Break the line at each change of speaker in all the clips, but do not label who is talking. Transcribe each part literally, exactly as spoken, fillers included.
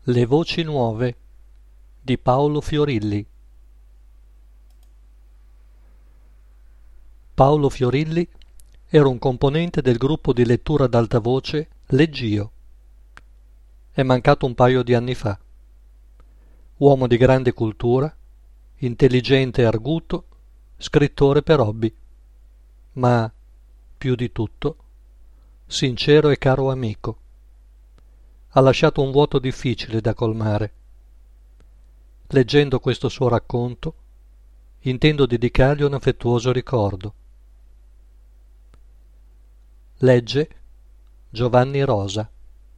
Le voci nuove di Paolo Fiorilli. Paolo Fiorilli era un componente del gruppo di lettura ad alta voce Leggio. È mancato un paio di anni fa. Uomo di grande cultura, intelligente e arguto, scrittore per hobby, ma, più di tutto, sincero e caro amico. Ha lasciato un vuoto difficile da colmare. Leggendo questo suo racconto, intendo dedicargli un affettuoso ricordo. Legge Giovanni Rosa.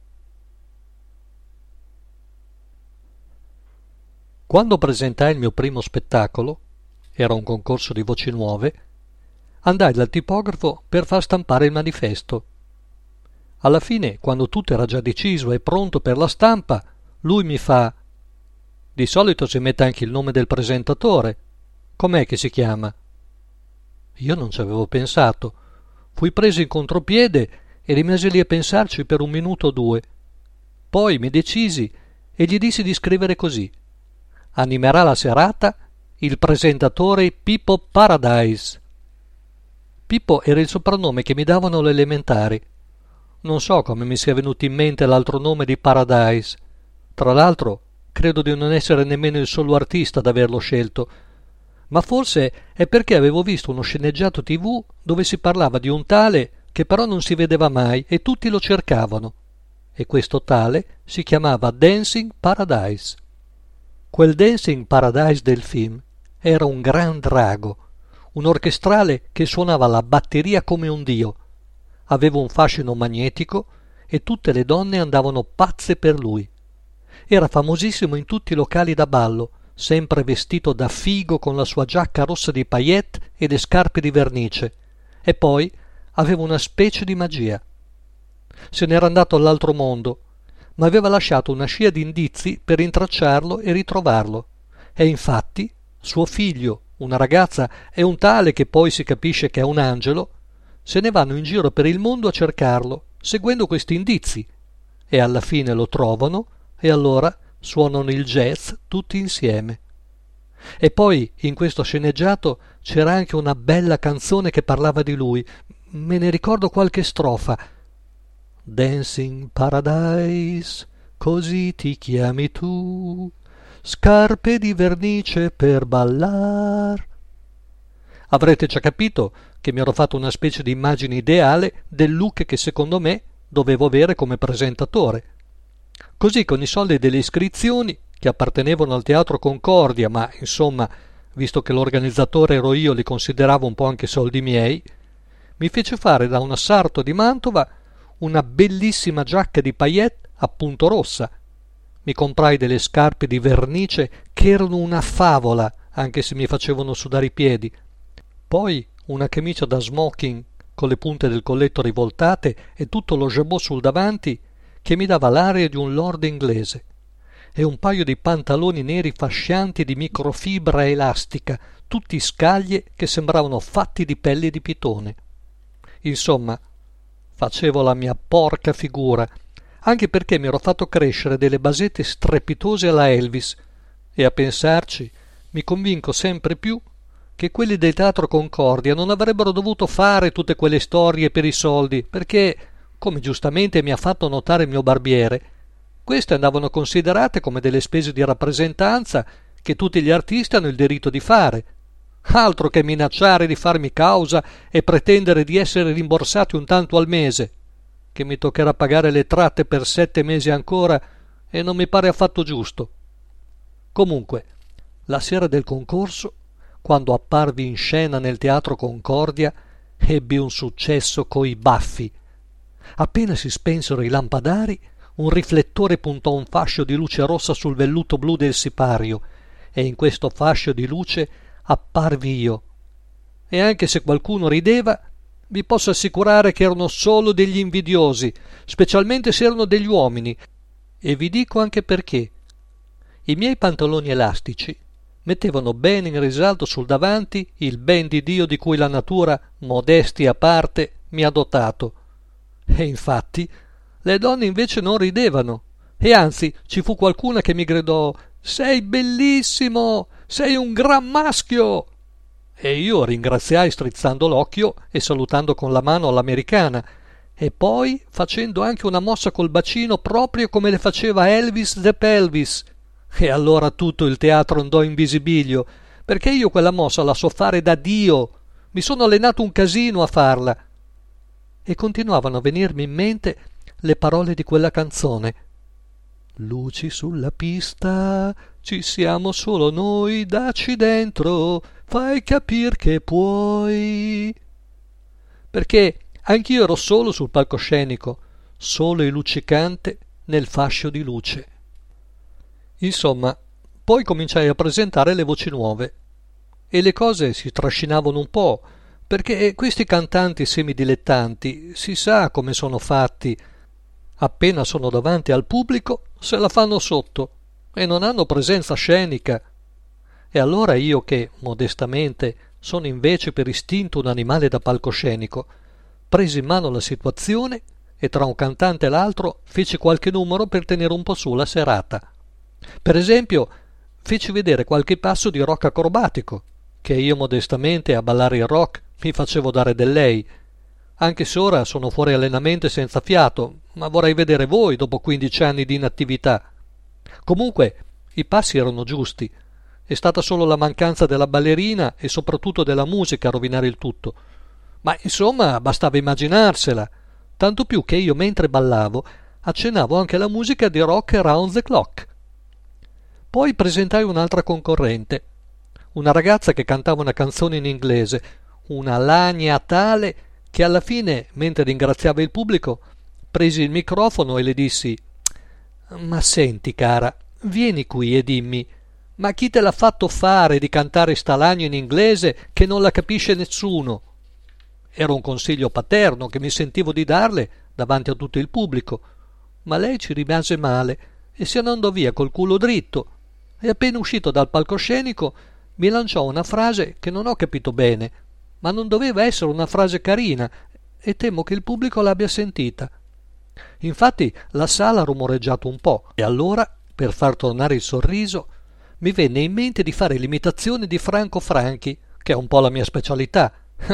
Quando presentai il mio primo spettacolo, era un concorso di voci nuove, andai dal tipografo per far stampare il manifesto. Alla fine, quando tutto era già deciso e pronto per la stampa, lui mi fa: «Di solito si mette anche il nome del presentatore. Com'è che si chiama?» Io non ci avevo pensato. Fui preso in contropiede e rimasi lì a pensarci per un minuto o due. Poi mi decisi e gli dissi di scrivere così: «Animerà la serata il presentatore Pippo Paradise». Pippo era il soprannome che mi davano le elementari. Non so come mi sia venuto in mente l'altro nome di Paradise. Tra l'altro, credo di non essere nemmeno il solo artista ad averlo scelto, ma forse è perché avevo visto uno sceneggiato tivù dove si parlava di un tale che però non si vedeva mai e tutti lo cercavano, e questo tale si chiamava Dancing Paradise. Quel Dancing Paradise del film era un gran drago, un orchestrale che suonava la batteria come un dio. Aveva un fascino magnetico e tutte le donne andavano pazze per lui. Era famosissimo in tutti i locali da ballo, sempre vestito da figo con la sua giacca rossa di paillette e le scarpe di vernice, e poi aveva una specie di magia. Se n'era andato all'altro mondo, ma aveva lasciato una scia di indizi per intracciarlo e ritrovarlo, e infatti suo figlio, una ragazza e un tale che poi si capisce che è un angelo, se ne vanno in giro per il mondo a cercarlo, seguendo questi indizi, e alla fine lo trovano e allora suonano il jazz tutti insieme. E poi in questo sceneggiato c'era anche una bella canzone che parlava di lui. Me ne ricordo qualche strofa. Dancing Paradise, così ti chiami tu, scarpe di vernice per ballar. Avrete già capito che mi ero fatto una specie di immagine ideale del look che secondo me dovevo avere come presentatore. Così, con i soldi delle iscrizioni, che appartenevano al Teatro Concordia, ma insomma, visto che l'organizzatore ero io, li consideravo un po' anche soldi miei, mi fece fare da una sarto di Mantova una bellissima giacca di paillette appunto rossa. Mi comprai delle scarpe di vernice che erano una favola, anche se mi facevano sudare i piedi. Poi una camicia da smoking con le punte del colletto rivoltate e tutto lo jabot sul davanti che mi dava l'aria di un lord inglese, e un paio di pantaloni neri fascianti di microfibra elastica, tutti scaglie che sembravano fatti di pelle di pitone. Insomma, facevo la mia porca figura, anche perché mi ero fatto crescere delle basette strepitose alla Elvis, e a pensarci mi convinco sempre più che quelli del Teatro Concordia non avrebbero dovuto fare tutte quelle storie per i soldi, perché, come giustamente mi ha fatto notare il mio barbiere, queste andavano considerate come delle spese di rappresentanza che tutti gli artisti hanno il diritto di fare. Altro che minacciare di farmi causa e pretendere di essere rimborsati un tanto al mese, che mi toccherà pagare le tratte per sette mesi ancora e non mi pare affatto giusto. Comunque, la sera del concorso, quando apparvi in scena nel Teatro Concordia, ebbi un successo coi baffi. Appena si spensero i lampadari, un riflettore puntò un fascio di luce rossa sul velluto blu del sipario, e in questo fascio di luce apparvi io. E anche se qualcuno rideva, vi posso assicurare che erano solo degli invidiosi, specialmente se erano degli uomini, e vi dico anche perché. I miei pantaloni elastici mettevano bene in risalto sul davanti il ben di Dio di cui la natura, modestia a parte, mi ha dotato. E infatti le donne invece non ridevano, E anzi, ci fu qualcuna che mi gridò: «Sei bellissimo! Sei un gran maschio!» E io ringraziai strizzando l'occhio e salutando con la mano all'americana, e poi facendo anche una mossa col bacino proprio come le faceva Elvis the Pelvis. E allora tutto il teatro andò in visibilio, perché io quella mossa la so fare da Dio, mi sono allenato un casino a farla. E continuavano a venirmi in mente le parole di quella canzone: «Luci sulla pista, ci siamo solo noi, dacci dentro, fai capir che puoi». Perché anch'io ero solo sul palcoscenico, solo e luccicante nel fascio di luce. Insomma, poi cominciai a presentare le voci nuove e le cose si trascinavano un po', perché questi cantanti semidilettanti si sa come sono fatti: appena sono davanti al pubblico se la fanno sotto e non hanno presenza scenica. E allora io, che modestamente sono invece per istinto un animale da palcoscenico, presi in mano la situazione e tra un cantante e l'altro feci qualche numero per tenere un po' su la serata. Per esempio, feci vedere qualche passo di rock acrobatico, che io modestamente a ballare il rock mi facevo dare del lei, anche se ora sono fuori allenamento e senza fiato, ma vorrei vedere voi dopo quindici anni di inattività. Comunque, i passi erano giusti, è stata solo la mancanza della ballerina e soprattutto della musica a rovinare il tutto. Ma insomma, bastava immaginarsela, tanto più che io mentre ballavo accennavo anche la musica di Rock Around the Clock. Poi presentai un'altra concorrente, una ragazza che cantava una canzone in inglese, una lagna tale che alla fine, mentre ringraziava il pubblico, presi il microfono e le dissi: «Ma senti, cara, vieni qui e dimmi, ma chi te l'ha fatto fare di cantare sta lagna in inglese che non la capisce nessuno?» Era un consiglio paterno che mi sentivo di darle davanti a tutto il pubblico, ma lei ci rimase male e se ne andò via col culo dritto, e appena uscito dal palcoscenico mi lanciò una frase che non ho capito bene, ma non doveva essere una frase carina e temo che il pubblico l'abbia sentita. Infatti la sala ha rumoreggiato un po', e allora, per far tornare il sorriso, mi venne in mente di fare l'imitazione di Franco Franchi, che è un po' la mia specialità.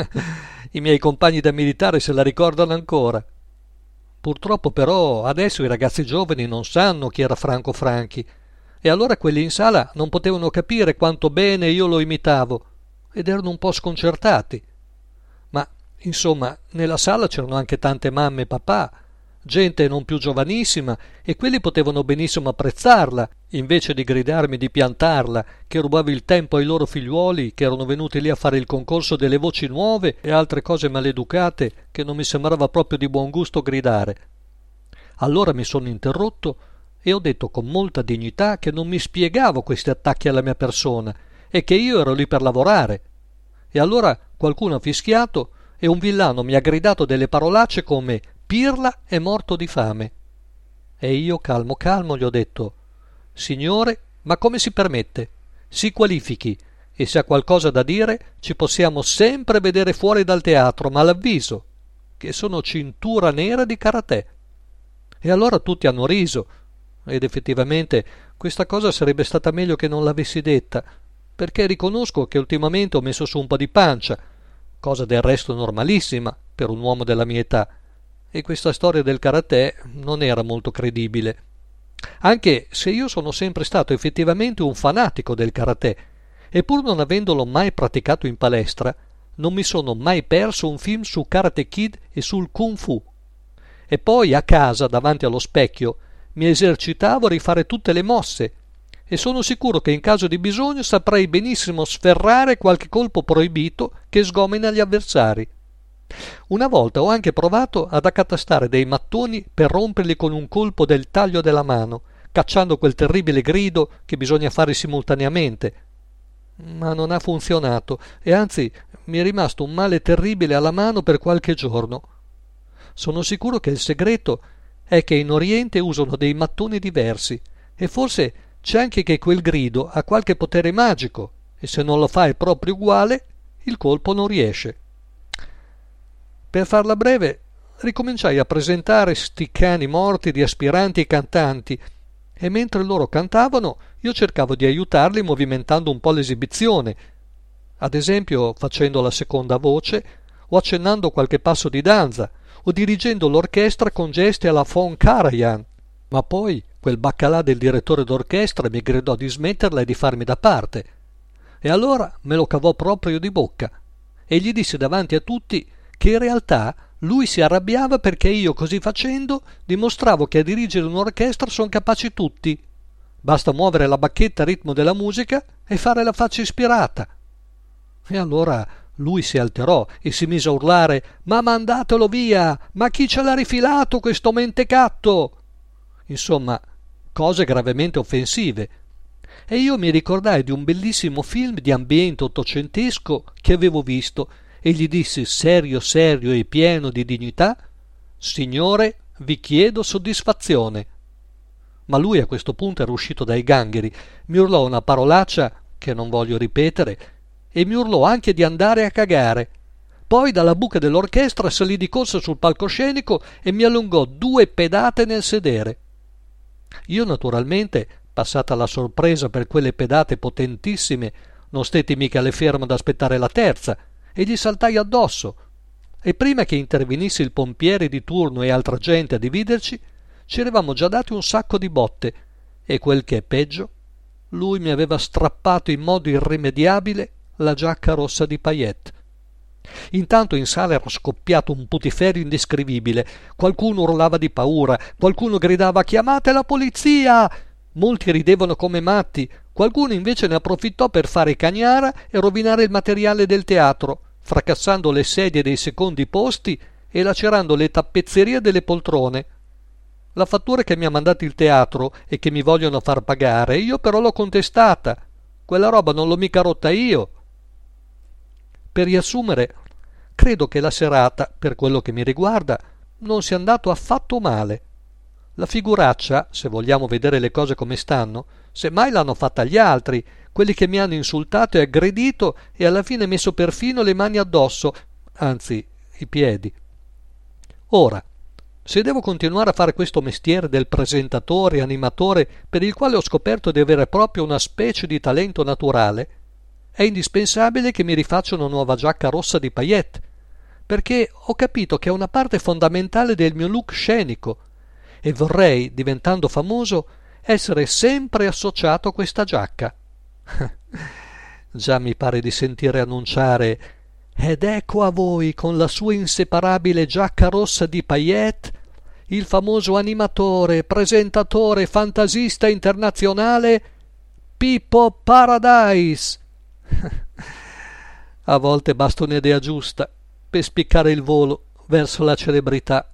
I miei compagni da militare se la ricordano ancora. Purtroppo però adesso i ragazzi giovani non sanno chi era Franco Franchi, e allora quelli in sala non potevano capire quanto bene io lo imitavo ed erano un po' sconcertati. Ma insomma, nella sala c'erano anche tante mamme e papà, gente non più giovanissima, e quelli potevano benissimo apprezzarla, invece di gridarmi di piantarla, che rubavo il tempo ai loro figliuoli che erano venuti lì a fare il concorso delle voci nuove e altre cose maleducate che non mi sembrava proprio di buon gusto gridare. Allora mi sono interrotto e ho detto con molta dignità che non mi spiegavo questi attacchi alla mia persona e che io ero lì per lavorare. E allora qualcuno ha fischiato e un villano mi ha gridato delle parolacce come «Pirla è morto di fame». E io, calmo calmo, gli ho detto: «Signore, ma come si permette? Si qualifichi, e se ha qualcosa da dire ci possiamo sempre vedere fuori dal teatro, ma l'avviso che sono cintura nera di karatè». E allora tutti hanno riso, ed effettivamente questa cosa sarebbe stata meglio che non l'avessi detta, perché riconosco che ultimamente ho messo su un po' di pancia, cosa del resto normalissima per un uomo della mia età, e questa storia del karatè non era molto credibile. Anche se io sono sempre stato effettivamente un fanatico del karatè, e pur non avendolo mai praticato in palestra, non mi sono mai perso un film su Karate Kid e sul Kung Fu. E poi a casa, davanti allo specchio, mi esercitavo a rifare tutte le mosse, e sono sicuro che in caso di bisogno saprei benissimo sferrare qualche colpo proibito che sgomena gli avversari. Una volta ho anche provato ad accatastare dei mattoni per romperli con un colpo del taglio della mano, cacciando quel terribile grido che bisogna fare simultaneamente. Ma non ha funzionato, e anzi mi è rimasto un male terribile alla mano per qualche giorno. Sono sicuro che il segreto è che in Oriente usano dei mattoni diversi, e forse c'è anche che quel grido ha qualche potere magico, e se non lo fai proprio uguale, il colpo non riesce. Per farla breve, ricominciai a presentare sti cani morti di aspiranti e cantanti, e mentre loro cantavano io cercavo di aiutarli movimentando un po' l'esibizione, ad esempio facendo la seconda voce o accennando qualche passo di danza o dirigendo l'orchestra con gesti alla von Karajan. Ma poi quel baccalà del direttore d'orchestra mi gridò di smetterla e di farmi da parte, e allora me lo cavò proprio di bocca e gli disse davanti a tutti che in realtà lui si arrabbiava perché io, così facendo, dimostravo che a dirigere un'orchestra sono capaci tutti. Basta muovere la bacchetta a ritmo della musica e fare la faccia ispirata. E allora lui si alterò e si mise a urlare: «Ma mandatelo via! Ma chi ce l'ha rifilato questo mentecatto?» Insomma, cose gravemente offensive. E io mi ricordai di un bellissimo film di ambiente ottocentesco che avevo visto e gli dissi serio serio e pieno di dignità: «Signore, vi chiedo soddisfazione». Ma lui a questo punto era uscito dai gangheri, mi urlò una parolaccia che non voglio ripetere e mi urlò anche di andare a cagare. Poi dalla buca dell'orchestra salì di corsa sul palcoscenico e mi allungò due pedate nel sedere. Io naturalmente, passata la sorpresa per quelle pedate potentissime, non stetti mica alle ferme ad aspettare la terza e gli saltai addosso, e prima che intervenisse il pompiere di turno e altra gente a dividerci, ci eravamo già dati un sacco di botte e quel che è peggio, lui mi aveva strappato in modo irrimediabile la giacca rossa di paillette. Intanto in sala era scoppiato un putiferio indescrivibile, qualcuno urlava di paura, qualcuno gridava «Chiamate la polizia!», molti ridevano come matti, qualcuno invece ne approfittò per fare cagnara e rovinare il materiale del teatro, fracassando le sedie dei secondi posti e lacerando le tappezzerie delle poltrone. La fattura che mi ha mandato il teatro e che mi vogliono far pagare, io però l'ho contestata. Quella roba non l'ho mica rotta io. Per riassumere, credo che la serata, per quello che mi riguarda, non sia andato affatto male. La figuraccia, se vogliamo vedere le cose come stanno, semmai l'hanno fatta gli altri, quelli che mi hanno insultato e aggredito e alla fine messo perfino le mani addosso, anzi i piedi. Ora, se devo continuare a fare questo mestiere del presentatore e animatore, per il quale ho scoperto di avere proprio una specie di talento naturale, è indispensabile che mi rifaccia una nuova giacca rossa di paillette, perché ho capito che è una parte fondamentale del mio look scenico e vorrei, diventando famoso, essere sempre associato a questa giacca. Già mi pare di sentire annunciare: «Ed ecco a voi, con la sua inseparabile giacca rossa di paillette, il famoso animatore, presentatore, fantasista internazionale Pippo Paradise». A volte basta un'idea giusta per spiccare il volo verso la celebrità.